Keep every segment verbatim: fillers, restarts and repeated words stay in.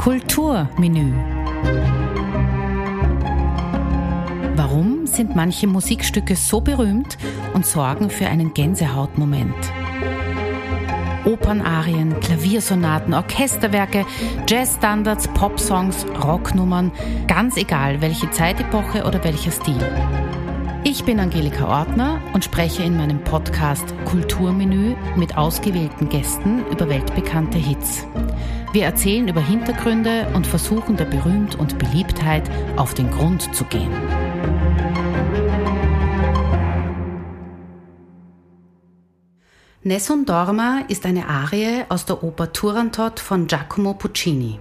Kulturmenü. Warum sind manche Musikstücke so berühmt und sorgen für einen Gänsehautmoment? Opernarien, Klaviersonaten, Orchesterwerke, Jazzstandards, Popsongs, Rocknummern, ganz egal welche Zeitepoche oder welcher Stil. Ich bin Angelika Ortner und spreche in meinem Podcast Kulturmenü mit ausgewählten Gästen über weltbekannte Hits. Wir erzählen über Hintergründe und versuchen der Berühmt und Beliebtheit auf den Grund zu gehen. Nessun Dorma ist eine Arie aus der Oper Turandot von Giacomo Puccini.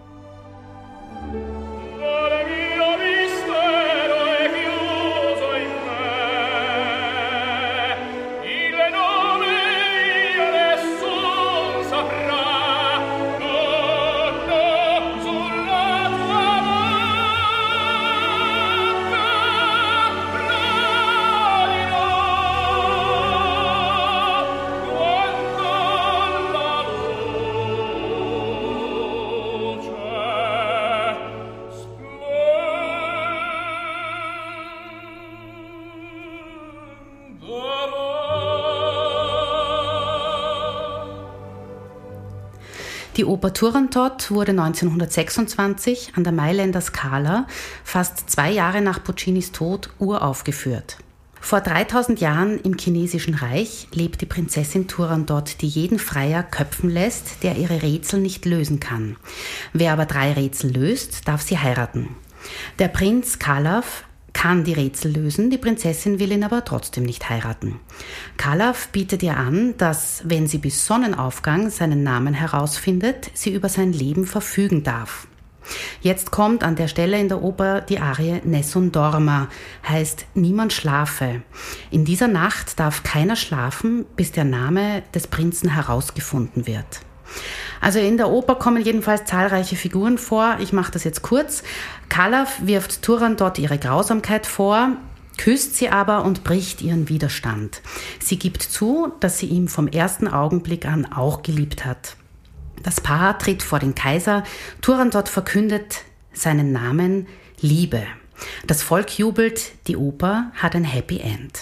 Die Oper Turandot wurde neunzehnhundertsechsundzwanzig an der Mailänder Scala, fast zwei Jahre nach Puccinis Tod, uraufgeführt. Vor dreitausend Jahren im chinesischen Reich lebt die Prinzessin Turandot, die jeden Freier köpfen lässt, der ihre Rätsel nicht lösen kann. Wer aber drei Rätsel löst, darf sie heiraten. Der Prinz Kalaf kann die Rätsel lösen, die Prinzessin will ihn aber trotzdem nicht heiraten. Kalaf bietet ihr an, dass, wenn sie bis Sonnenaufgang seinen Namen herausfindet, sie über sein Leben verfügen darf. Jetzt kommt an der Stelle in der Oper die Arie Nessun Dorma, heißt niemand schlafe. In dieser Nacht darf keiner schlafen, bis der Name des Prinzen herausgefunden wird. Also in der Oper kommen jedenfalls zahlreiche Figuren vor. Ich mache das jetzt kurz. Kalaf wirft Turandot ihre Grausamkeit vor, küsst sie aber und bricht ihren Widerstand. Sie gibt zu, dass sie ihn vom ersten Augenblick an auch geliebt hat. Das Paar tritt vor den Kaiser. Turandot verkündet seinen Namen Liebe. Das Volk jubelt. Die Oper hat ein Happy End.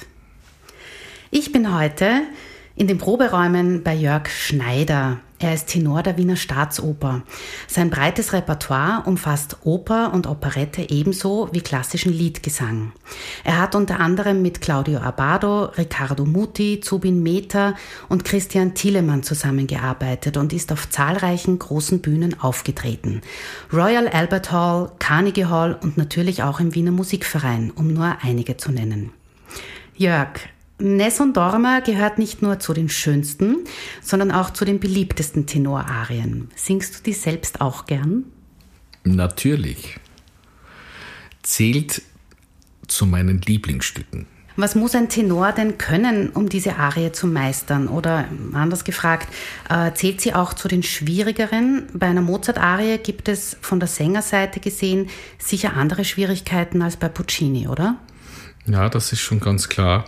Ich bin heute in den Proberäumen bei Jörg Schneider. Er ist Tenor der Wiener Staatsoper. Sein breites Repertoire umfasst Oper und Operette ebenso wie klassischen Liedgesang. Er hat unter anderem mit Claudio Abbado, Riccardo Muti, Zubin Mehta und Christian Thielemann zusammengearbeitet und ist auf zahlreichen großen Bühnen aufgetreten. Royal Albert Hall, Carnegie Hall und natürlich auch im Wiener Musikverein, um nur einige zu nennen. Jörg, Nessun Dorma gehört nicht nur zu den schönsten, sondern auch zu den beliebtesten Tenorarien. Singst du die selbst auch gern? Natürlich. Zählt zu meinen Lieblingsstücken. Was muss ein Tenor denn können, um diese Arie zu meistern? Oder anders gefragt, äh, zählt sie auch zu den schwierigeren? Bei einer Mozart-Arie gibt es von der Sängerseite gesehen sicher andere Schwierigkeiten als bei Puccini, oder? Ja, das ist schon ganz klar.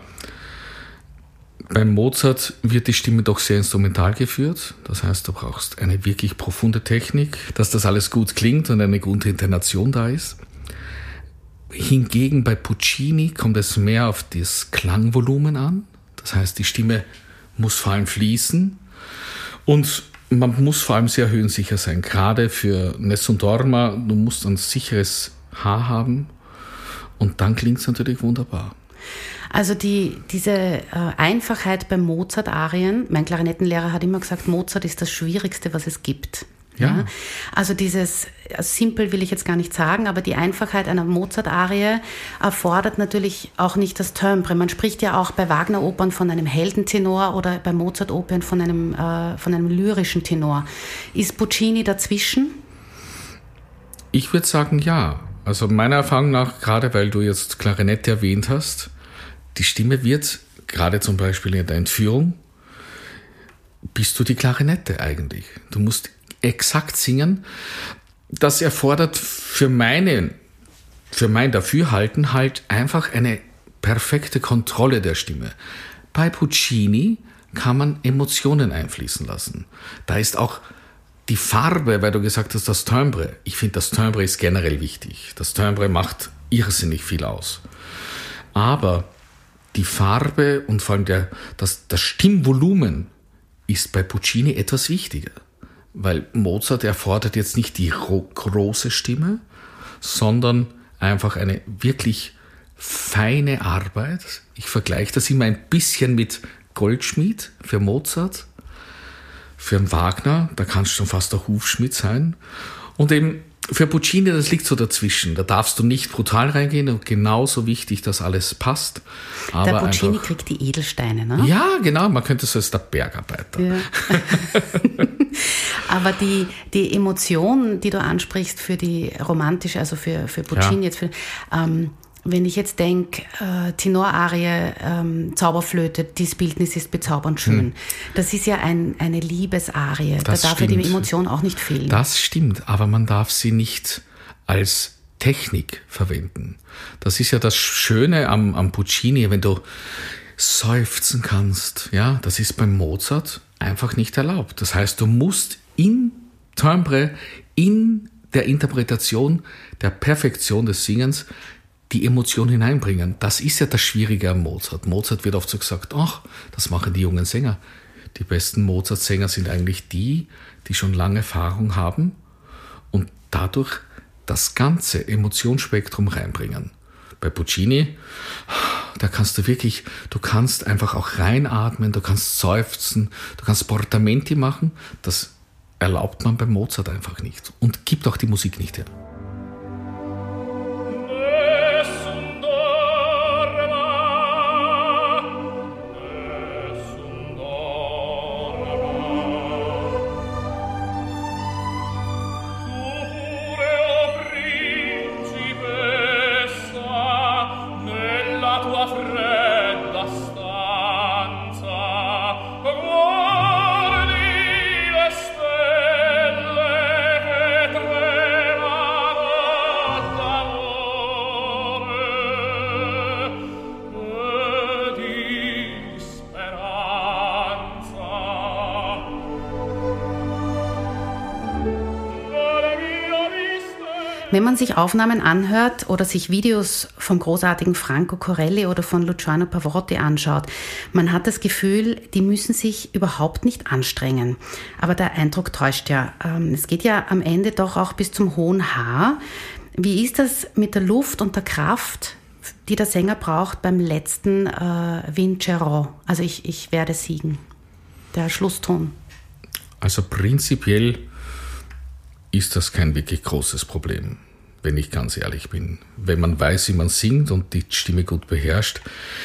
Beim Mozart wird die Stimme doch sehr instrumental geführt. Das heißt, du brauchst eine wirklich profunde Technik, dass das alles gut klingt und eine gute Intonation da ist. Hingegen bei Puccini kommt es mehr auf das Klangvolumen an. Das heißt, die Stimme muss vor allem fließen und man muss vor allem sehr höhensicher sein. Gerade für Nessun Dorma, du musst ein sicheres Haar haben und dann klingt es natürlich wunderbar. Also die, diese äh, Einfachheit beim Mozart-Arien, mein Klarinettenlehrer hat immer gesagt, Mozart ist das Schwierigste, was es gibt. Ja. Ja? Also dieses, simpel will ich jetzt gar nicht sagen, aber die Einfachheit einer Mozart-Arie erfordert natürlich auch nicht das Timbre. Man spricht ja auch bei Wagner-Opern von einem Heldentenor oder bei Mozart-Opern von einem, äh, von einem lyrischen Tenor. Ist Puccini dazwischen? Ich würde sagen, ja. Also meiner Erfahrung nach, gerade weil du jetzt Klarinette erwähnt hast, die Stimme wird, gerade zum Beispiel in der Entführung, bist du die Klarinette eigentlich. Du musst exakt singen. Das erfordert für, meine, für mein Dafürhalten halt einfach eine perfekte Kontrolle der Stimme. Bei Puccini kann man Emotionen einfließen lassen. Da ist auch die Farbe, weil du gesagt hast, das Timbre. Ich finde, das Timbre ist generell wichtig. Das Timbre macht irrsinnig viel aus. Aber die Farbe und vor allem der, das, das Stimmvolumen ist bei Puccini etwas wichtiger. Weil Mozart erfordert jetzt nicht die ro- große Stimme, sondern einfach eine wirklich feine Arbeit. Ich vergleiche das immer ein bisschen mit Goldschmied für Mozart, für Wagner, da kannst du schon fast der Hufschmied sein. Und eben für Puccini, das liegt so dazwischen. Da darfst du nicht brutal reingehen und genauso wichtig, dass alles passt. Aber der Puccini einfach, kriegt die Edelsteine, ne? Ja, genau, man könnte so als der Bergarbeiter. Ja. Aber die, die Emotion, die du ansprichst für die romantische, also für, für Puccini Ja. jetzt, für, ähm, wenn ich jetzt denke, äh, Tenorarie, ähm, Zauberflöte, dieses Bildnis ist bezaubernd schön. Hm. Das ist ja ein, eine Liebesarie. Das da darf ja die stimmt. Emotion auch nicht fehlen. Das stimmt, aber man darf sie nicht als Technik verwenden. Das ist ja das Schöne am, am Puccini, wenn du seufzen kannst. Ja, das ist beim Mozart einfach nicht erlaubt. Das heißt, du musst in Timbre, in der Interpretation der Perfektion des Singens die Emotion hineinbringen. Das ist ja das Schwierige am Mozart. Mozart wird oft so gesagt, ach, das machen die jungen Sänger. Die besten Mozart-Sänger sind eigentlich die, die schon lange Erfahrung haben und dadurch das ganze Emotionsspektrum reinbringen. Bei Puccini, da kannst du wirklich, du kannst einfach auch reinatmen, du kannst seufzen, du kannst Portamenti machen. Das erlaubt man bei Mozart einfach nicht und gibt auch die Musik nicht her. Wenn man sich Aufnahmen anhört oder sich Videos vom großartigen Franco Corelli oder von Luciano Pavarotti anschaut, man hat das Gefühl, die müssen sich überhaupt nicht anstrengen. Aber der Eindruck täuscht ja. Es geht ja am Ende doch auch bis zum hohen H. Wie ist das mit der Luft und der Kraft, die der Sänger braucht beim letzten äh, Vincerò? Also ich, ich werde siegen. Der Schlusston. Also prinzipiell ist das kein wirklich großes Problem, wenn ich ganz ehrlich bin. Wenn man weiß, wie man singt und die Stimme gut beherrscht,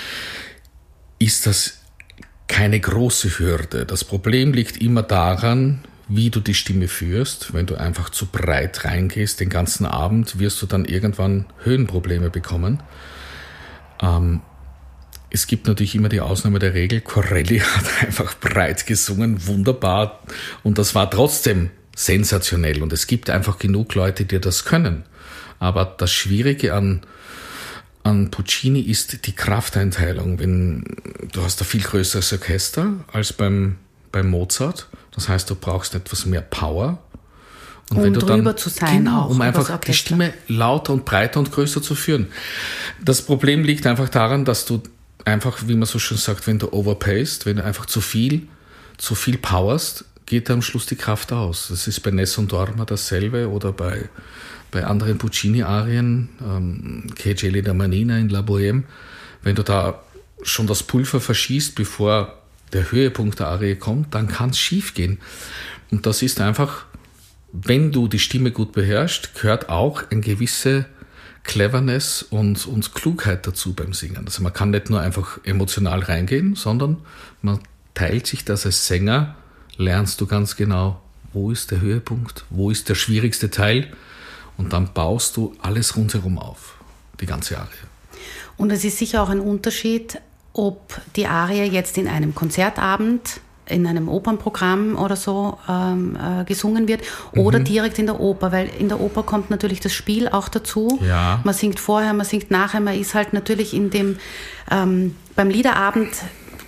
ist das keine große Hürde. Das Problem liegt immer daran, wie du die Stimme führst. Wenn du einfach zu breit reingehst den ganzen Abend, wirst du dann irgendwann Höhenprobleme bekommen. Ähm, es gibt natürlich immer die Ausnahme der Regel. Corelli hat einfach breit gesungen, wunderbar, und das war trotzdem sensationell, und es gibt einfach genug Leute, die das können. Aber das Schwierige an, an Puccini ist die Krafteinteilung. Wenn, du hast ein viel größeres Orchester als beim, beim Mozart. Das heißt, du brauchst etwas mehr Power. Und um wenn du drüber dann, zu sein, genau, auch um einfach die Stimme lauter und breiter und größer zu führen. Das Problem liegt einfach daran, dass du einfach, wie man so schön sagt, wenn du overpaced, wenn du einfach zu viel, zu viel powerst, geht am Schluss die Kraft aus. Das ist bei Nessun Dorma dasselbe oder bei, bei anderen Puccini-Arien, ähm, Che Geli da Manina in La Bohème. Wenn du da schon das Pulver verschießt, bevor der Höhepunkt der Arie kommt, dann kann es schief gehen. Und das ist einfach, wenn du die Stimme gut beherrschst, gehört auch eine gewisse Cleverness und, und Klugheit dazu beim Singen. Also man kann nicht nur einfach emotional reingehen, sondern man teilt sich das als Sänger, lernst du ganz genau, wo ist der Höhepunkt, wo ist der schwierigste Teil, und dann baust du alles rundherum auf, die ganze Arie. Und es ist sicher auch ein Unterschied, ob die Arie jetzt in einem Konzertabend, in einem Opernprogramm oder so ähm, äh, gesungen wird oder mhm. direkt in der Oper, weil in der Oper kommt natürlich das Spiel auch dazu. Ja. Man singt vorher, man singt nachher, man ist halt natürlich in dem, ähm, beim Liederabend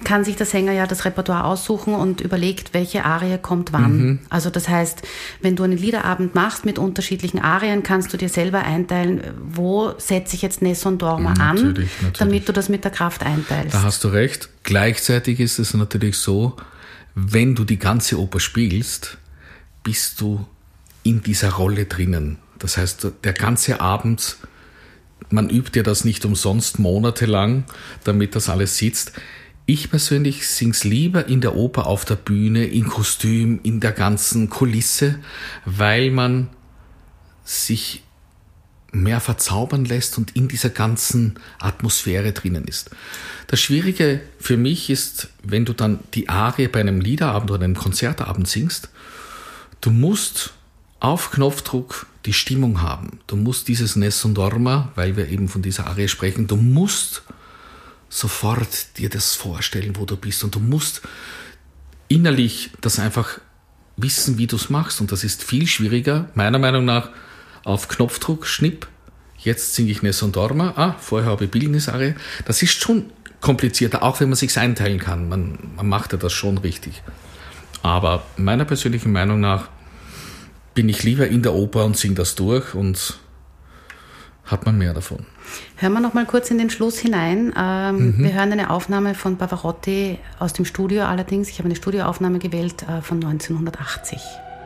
kann sich der Sänger ja das Repertoire aussuchen und überlegt, welche Arie kommt wann. Mhm. Also das heißt, wenn du einen Liederabend machst mit unterschiedlichen Arien, kannst du dir selber einteilen, wo setze ich jetzt Nessun Dorma an, natürlich, natürlich. damit du das mit der Kraft einteilst. Da hast du recht. Gleichzeitig ist es natürlich so, wenn du die ganze Oper spielst, bist du in dieser Rolle drinnen. Das heißt, der ganze Abend, man übt ja das nicht umsonst monatelang, damit das alles sitzt. Ich persönlich sing's lieber in der Oper auf der Bühne, in Kostüm, in der ganzen Kulisse, weil man sich mehr verzaubern lässt und in dieser ganzen Atmosphäre drinnen ist. Das Schwierige für mich ist, wenn du dann die Arie bei einem Liederabend oder einem Konzertabend singst, du musst auf Knopfdruck die Stimmung haben. Du musst dieses Nessun Dorma, weil wir eben von dieser Arie sprechen, du musst sofort dir das vorstellen, wo du bist, und du musst innerlich das einfach wissen, wie du es machst, und das ist viel schwieriger, meiner Meinung nach, auf Knopfdruck, Schnipp, jetzt singe ich Nessun Dorma, ah, vorher habe ich Bildnisarie. Das ist schon komplizierter, auch wenn man sich's einteilen kann. Man, man macht ja das schon richtig. Aber meiner persönlichen Meinung nach bin ich lieber in der Oper und singe das durch, und hat man mehr davon. Hören wir noch mal kurz in den Schluss hinein. Ähm, mhm. Wir hören eine Aufnahme von Pavarotti aus dem Studio allerdings. Ich habe eine Studioaufnahme gewählt äh, von neunzehnhundertachtzig.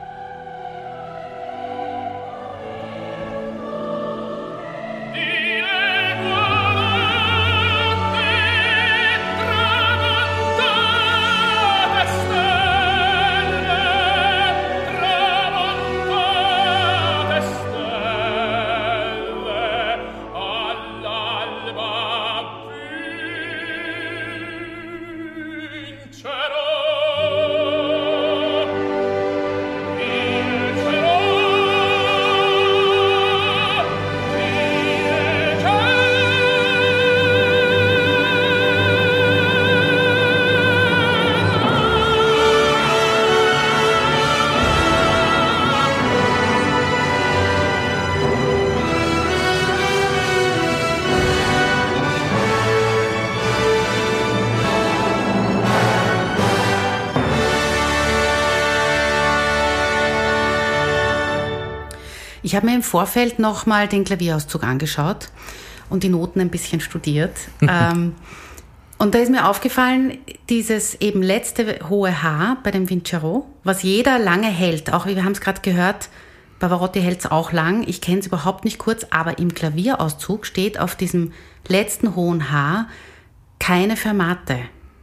Ich habe mir im Vorfeld nochmal den Klavierauszug angeschaut und die Noten ein bisschen studiert. ähm, und da ist mir aufgefallen, dieses eben letzte hohe H bei dem Vincero, was jeder lange hält. Auch wir haben es gerade gehört, Pavarotti hält es auch lang. Ich kenne es überhaupt nicht kurz, aber im Klavierauszug steht auf diesem letzten hohen H keine Fermate.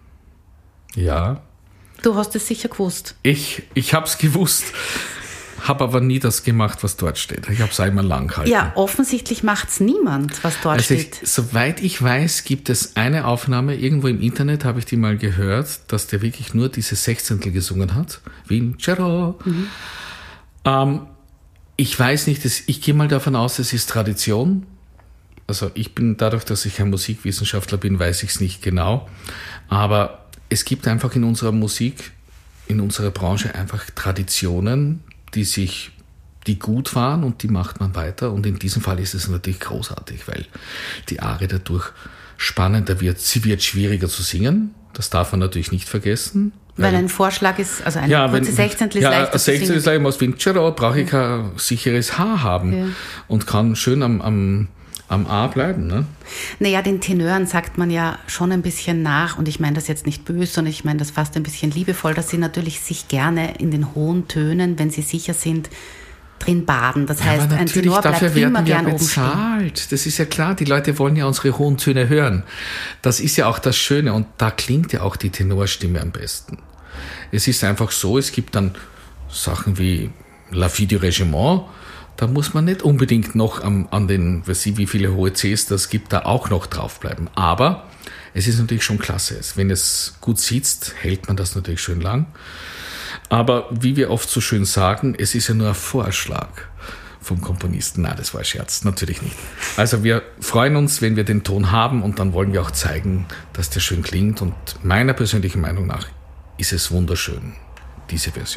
Ja. Du hast es sicher gewusst. Ich, ich habe es gewusst. Habe aber nie das gemacht, was dort steht. Ich habe es einmal lang gehalten. Ja, offensichtlich macht es niemand, was dort also steht. Ich, soweit ich weiß, gibt es eine Aufnahme, irgendwo im Internet habe ich die mal gehört, dass der wirklich nur diese Sechzehntel gesungen hat. Vincero. Mhm. Ähm, ich weiß nicht, das, ich gehe mal davon aus, es ist Tradition. Also ich bin, dadurch, dass ich ein Musikwissenschaftler bin, weiß ich es nicht genau. Aber es gibt einfach in unserer Musik, in unserer Branche einfach Traditionen, die sich, die gut waren, und die macht man weiter. Und in diesem Fall ist es natürlich großartig, weil die Arie dadurch spannender wird. Sie wird schwieriger zu singen. Das darf man natürlich nicht vergessen. Weil, weil ein Vorschlag ist, also eine ja, kurze Sechzehntel ist ja, leichter zu singen. Ja, Sechzehntel ist leichter. Aus Vincero brauche ich ein sicheres H haben, ja, und kann schön am, am am A bleiben, ne? Naja, den Tenören sagt man ja schon ein bisschen nach, und ich meine das jetzt nicht böse, sondern ich meine das fast ein bisschen liebevoll, dass sie natürlich sich gerne in den hohen Tönen, wenn sie sicher sind, drin baden. Das heißt, ja, aber ein Tenor bleibt dafür werden immer wir gern bezahlt. Oben stehen. Das ist ja klar, die Leute wollen ja unsere hohen Töne hören. Das ist ja auch das Schöne, und da klingt ja auch die Tenorstimme am besten. Es ist einfach so, es gibt dann Sachen wie La Fille du Régiment. Da muss man nicht unbedingt noch am, an den, weiß ich, wie viele hohe Cs das gibt, da auch noch draufbleiben. Aber es ist natürlich schon klasse. Wenn es gut sitzt, hält man das natürlich schön lang. Aber wie wir oft so schön sagen, es ist ja nur ein Vorschlag vom Komponisten. Nein, das war ein Scherz, natürlich nicht. Also wir freuen uns, wenn wir den Ton haben, und dann wollen wir auch zeigen, dass der schön klingt. Und meiner persönlichen Meinung nach ist es wunderschön, diese Version.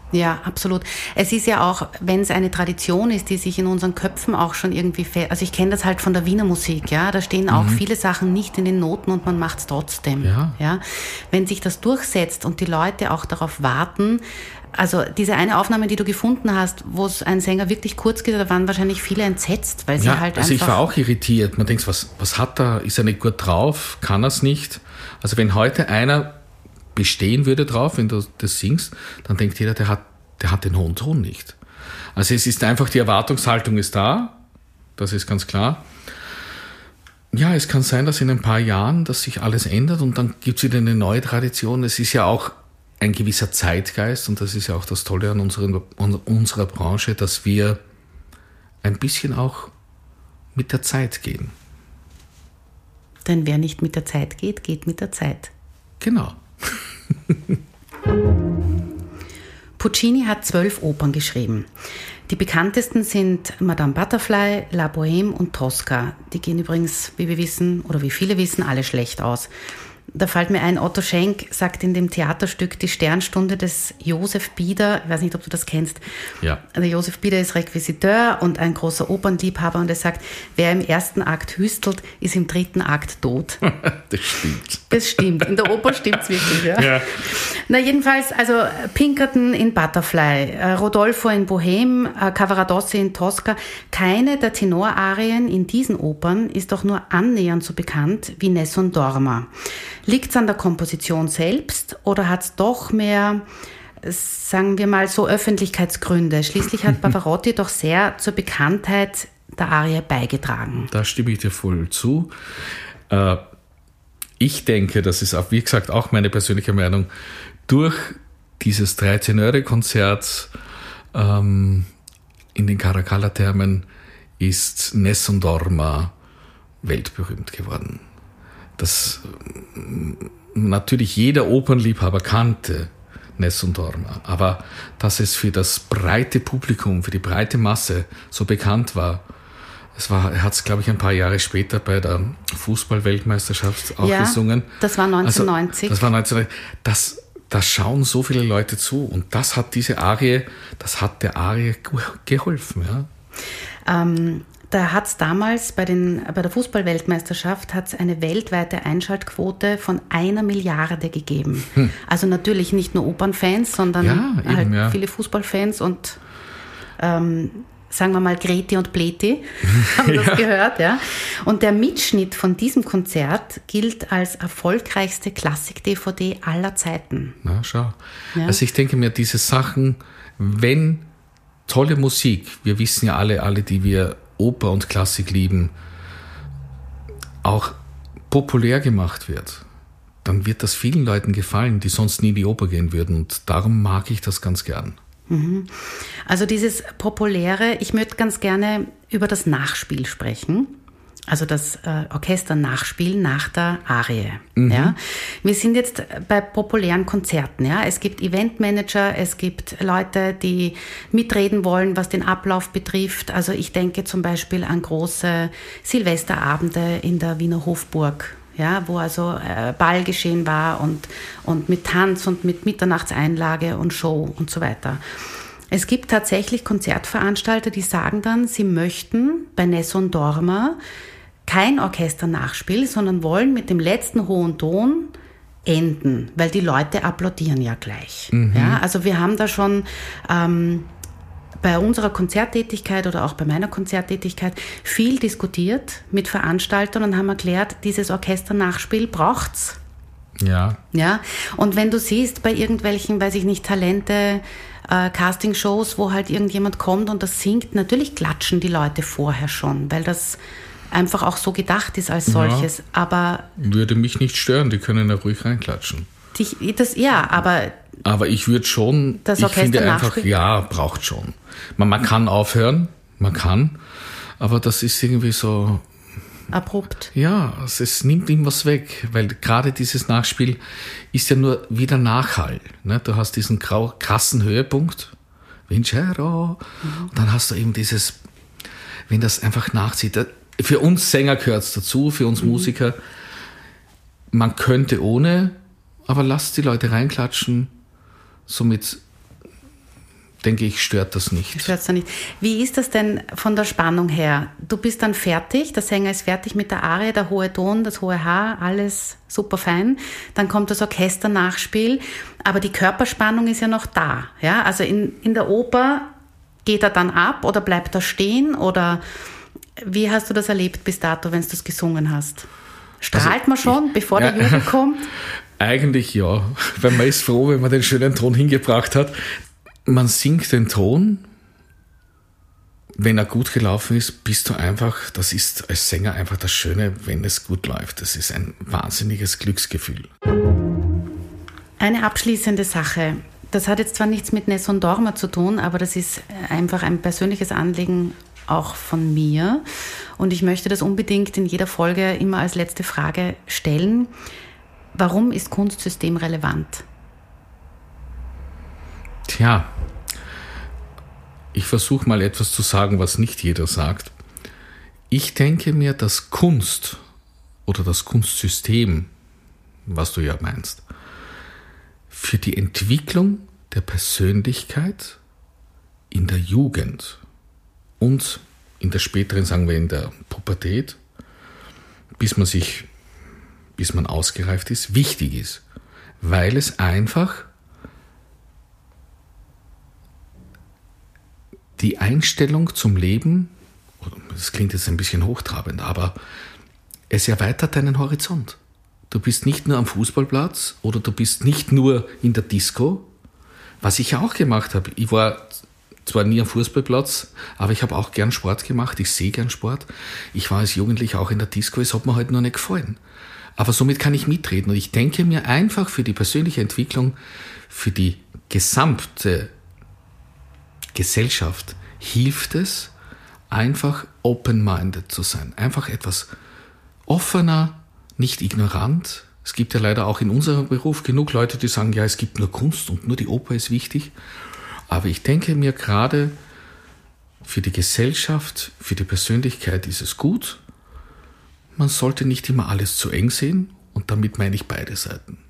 Ja, absolut. Es ist ja auch, wenn es eine Tradition ist, die sich in unseren Köpfen auch schon irgendwie, fe- also ich kenne das halt von der Wiener Musik, ja, da stehen auch mhm. viele Sachen nicht in den Noten und man macht es trotzdem. Ja. Ja. Wenn sich das durchsetzt und die Leute auch darauf warten, also diese eine Aufnahme, die du gefunden hast, wo es ein Sänger wirklich kurz geht, da waren wahrscheinlich viele entsetzt, weil sie ja, halt also einfach... ich war auch irritiert. Man denkt, was, was hat er? Ist er nicht gut drauf? Kann er es nicht? Also wenn heute einer bestehen würde drauf, wenn du das singst, dann denkt jeder, der hat, der hat den hohen Ton nicht. Also es ist einfach, die Erwartungshaltung ist da, das ist ganz klar. Ja, es kann sein, dass in ein paar Jahren, dass sich alles ändert und dann gibt es wieder eine neue Tradition. Es ist ja auch ein gewisser Zeitgeist und das ist ja auch das Tolle an unseren, an unserer Branche, dass wir ein bisschen auch mit der Zeit gehen. Denn wer nicht mit der Zeit geht, geht mit der Zeit. Genau. Puccini hat zwölf Opern geschrieben. Die bekanntesten sind Madame Butterfly, La Bohème und Tosca. Die gehen übrigens, wie wir wissen, oder wie viele wissen, alle schlecht aus. Da fällt mir ein, Otto Schenk sagt in dem Theaterstück Die Sternstunde des Josef Bieder, ich weiß nicht, ob du das kennst. Ja. Der Josef Bieder ist Requisiteur und ein großer Opernliebhaber und er sagt, wer im ersten Akt hüstelt, ist im dritten Akt tot. Das stimmt. Das stimmt, in der Oper stimmt's wirklich. Ja. Ja. Na jedenfalls, also Pinkerton in Butterfly, Rodolfo in Bohème, Cavaradossi in Tosca. Keine der Tenorarien in diesen Opern ist doch nur annähernd so bekannt wie Nessun Dorma. Liegt es an der Komposition selbst oder hat es doch mehr, sagen wir mal, so Öffentlichkeitsgründe? Schließlich hat Pavarotti doch sehr zur Bekanntheit der Arie beigetragen. Da stimme ich dir voll zu. Ich denke, das ist auch, wie gesagt, auch meine persönliche Meinung, durch dieses Drei-Tenöre-Konzert ähm, in den Caracalla-Thermen ist Nessun Dorma weltberühmt geworden. Das natürlich jeder Opernliebhaber kannte Nessun Dorma, aber dass es für das breite Publikum, für die breite Masse so bekannt war, es war, er hat es, glaube ich, ein paar Jahre später bei der Fußball-Weltmeisterschaft auch ja, gesungen. Das war neunzehnhundertneunzig. Also, das war neunzehnhundertneunzig. Das, das schauen so viele Leute zu und das hat diese Arie, das hat der Arie geholfen. Ja. Ähm, Da hat es damals bei, den, bei der Fußball-Weltmeisterschaft hat's eine weltweite Einschaltquote von einer Milliarde gegeben. Hm. Also natürlich nicht nur Opernfans, sondern ja, eben, halt ja. viele Fußballfans und ähm, sagen wir mal Greti und Pleti haben das ja. gehört. Ja. Und der Mitschnitt von diesem Konzert gilt als erfolgreichste Klassik-D V D aller Zeiten. Na, schau. Ja. Also ich denke mir, diese Sachen, wenn tolle Musik, wir wissen ja alle, alle, die wir Oper und Klassik lieben, auch populär gemacht wird, dann wird das vielen Leuten gefallen, die sonst nie in die Oper gehen würden. Und darum mag ich das ganz gern. Also dieses Populäre, ich möchte ganz gerne über das Nachspiel sprechen. Also das äh, Orchesternachspiel nach der Arie. Mhm. Ja. Wir sind jetzt bei populären Konzerten. Ja. Es gibt Eventmanager, es gibt Leute, die mitreden wollen, was den Ablauf betrifft. Also ich denke zum Beispiel an große Silvesterabende in der Wiener Hofburg, ja, wo also äh, Ball geschehen war und, und mit Tanz und mit Mitternachtseinlage und Show und so weiter. Es gibt tatsächlich Konzertveranstalter, die sagen dann, sie möchten bei Nessun Dorma kein Orchesternachspiel, sondern wollen mit dem letzten hohen Ton enden, weil die Leute applaudieren ja gleich. Mhm. Ja, also wir haben da schon ähm, bei unserer Konzerttätigkeit oder auch bei meiner Konzerttätigkeit viel diskutiert mit Veranstaltern und haben erklärt, dieses Orchesternachspiel braucht's. Ja. Ja. Und wenn du siehst, bei irgendwelchen, weiß ich nicht, Talente, äh, Castingshows, wo halt irgendjemand kommt und das singt, natürlich klatschen die Leute vorher schon, weil das einfach auch so gedacht ist als solches. Ja, aber würde mich nicht stören, die können ja ruhig reinklatschen. Die, das, ja, aber... Aber ich würde schon, das ich finde einfach, ja, braucht schon. Man, man kann aufhören, man kann, aber das ist irgendwie so... abrupt. Ja, es, es nimmt ihm was weg, weil gerade dieses Nachspiel ist ja nur wieder Nachhall. Ne? Du hast diesen grau, krassen Höhepunkt, Vincero, mhm. und dann hast du eben dieses, wenn das einfach nachzieht. Für uns Sänger gehört es dazu, für uns mhm. Musiker. Man könnte ohne, aber lasst die Leute reinklatschen, so mit denke ich, stört das nicht. Stört das nicht. Wie ist das denn von der Spannung her? Du bist dann fertig, der Sänger ist fertig mit der Arie, der hohe Ton, das hohe Haar, alles super fein. Dann kommt das Orchesternachspiel, aber die Körperspannung ist ja noch da. Ja? Also in, in der Oper geht er dann ab oder bleibt er stehen? Oder wie hast du das erlebt bis dato, wenn du das gesungen hast? Strahlt also, man schon, ich, bevor ja, der Jubel kommt? Eigentlich ja, weil man ist froh, wenn man den schönen Ton hingebracht hat. Man singt den Ton, wenn er gut gelaufen ist, bist du einfach, das ist als Sänger einfach das Schöne, wenn es gut läuft. Das ist ein wahnsinniges Glücksgefühl. Eine abschließende Sache. Das hat jetzt zwar nichts mit Nessun Dorma zu tun, aber das ist einfach ein persönliches Anliegen auch von mir. Und ich möchte das unbedingt in jeder Folge immer als letzte Frage stellen. Warum ist Kunstsystem relevant? Tja, ich versuche mal etwas zu sagen, was nicht jeder sagt. Ich denke mir, dass Kunst oder das Kunstsystem, was du ja meinst, für die Entwicklung der Persönlichkeit in der Jugend und in der späteren, sagen wir in der Pubertät, bis man sich, bis man ausgereift ist, wichtig ist, weil es einfach die Einstellung zum Leben, das klingt jetzt ein bisschen hochtrabend, aber es erweitert deinen Horizont. Du bist nicht nur am Fußballplatz oder du bist nicht nur in der Disco, was ich ja auch gemacht habe. Ich war zwar nie am Fußballplatz, aber ich habe auch gern Sport gemacht, ich sehe gern Sport. Ich war als Jugendlicher auch in der Disco, es hat mir halt nur nicht gefallen. Aber somit kann ich mitreden und ich denke mir einfach für die persönliche Entwicklung, für die gesamte Gesellschaft hilft es, einfach open-minded zu sein. Einfach etwas offener, nicht ignorant. Es gibt ja leider auch in unserem Beruf genug Leute, die sagen, ja, es gibt nur Kunst und nur die Oper ist wichtig. Aber ich denke mir gerade, für die Gesellschaft, für die Persönlichkeit ist es gut. Man sollte nicht immer alles zu eng sehen und damit meine ich beide Seiten.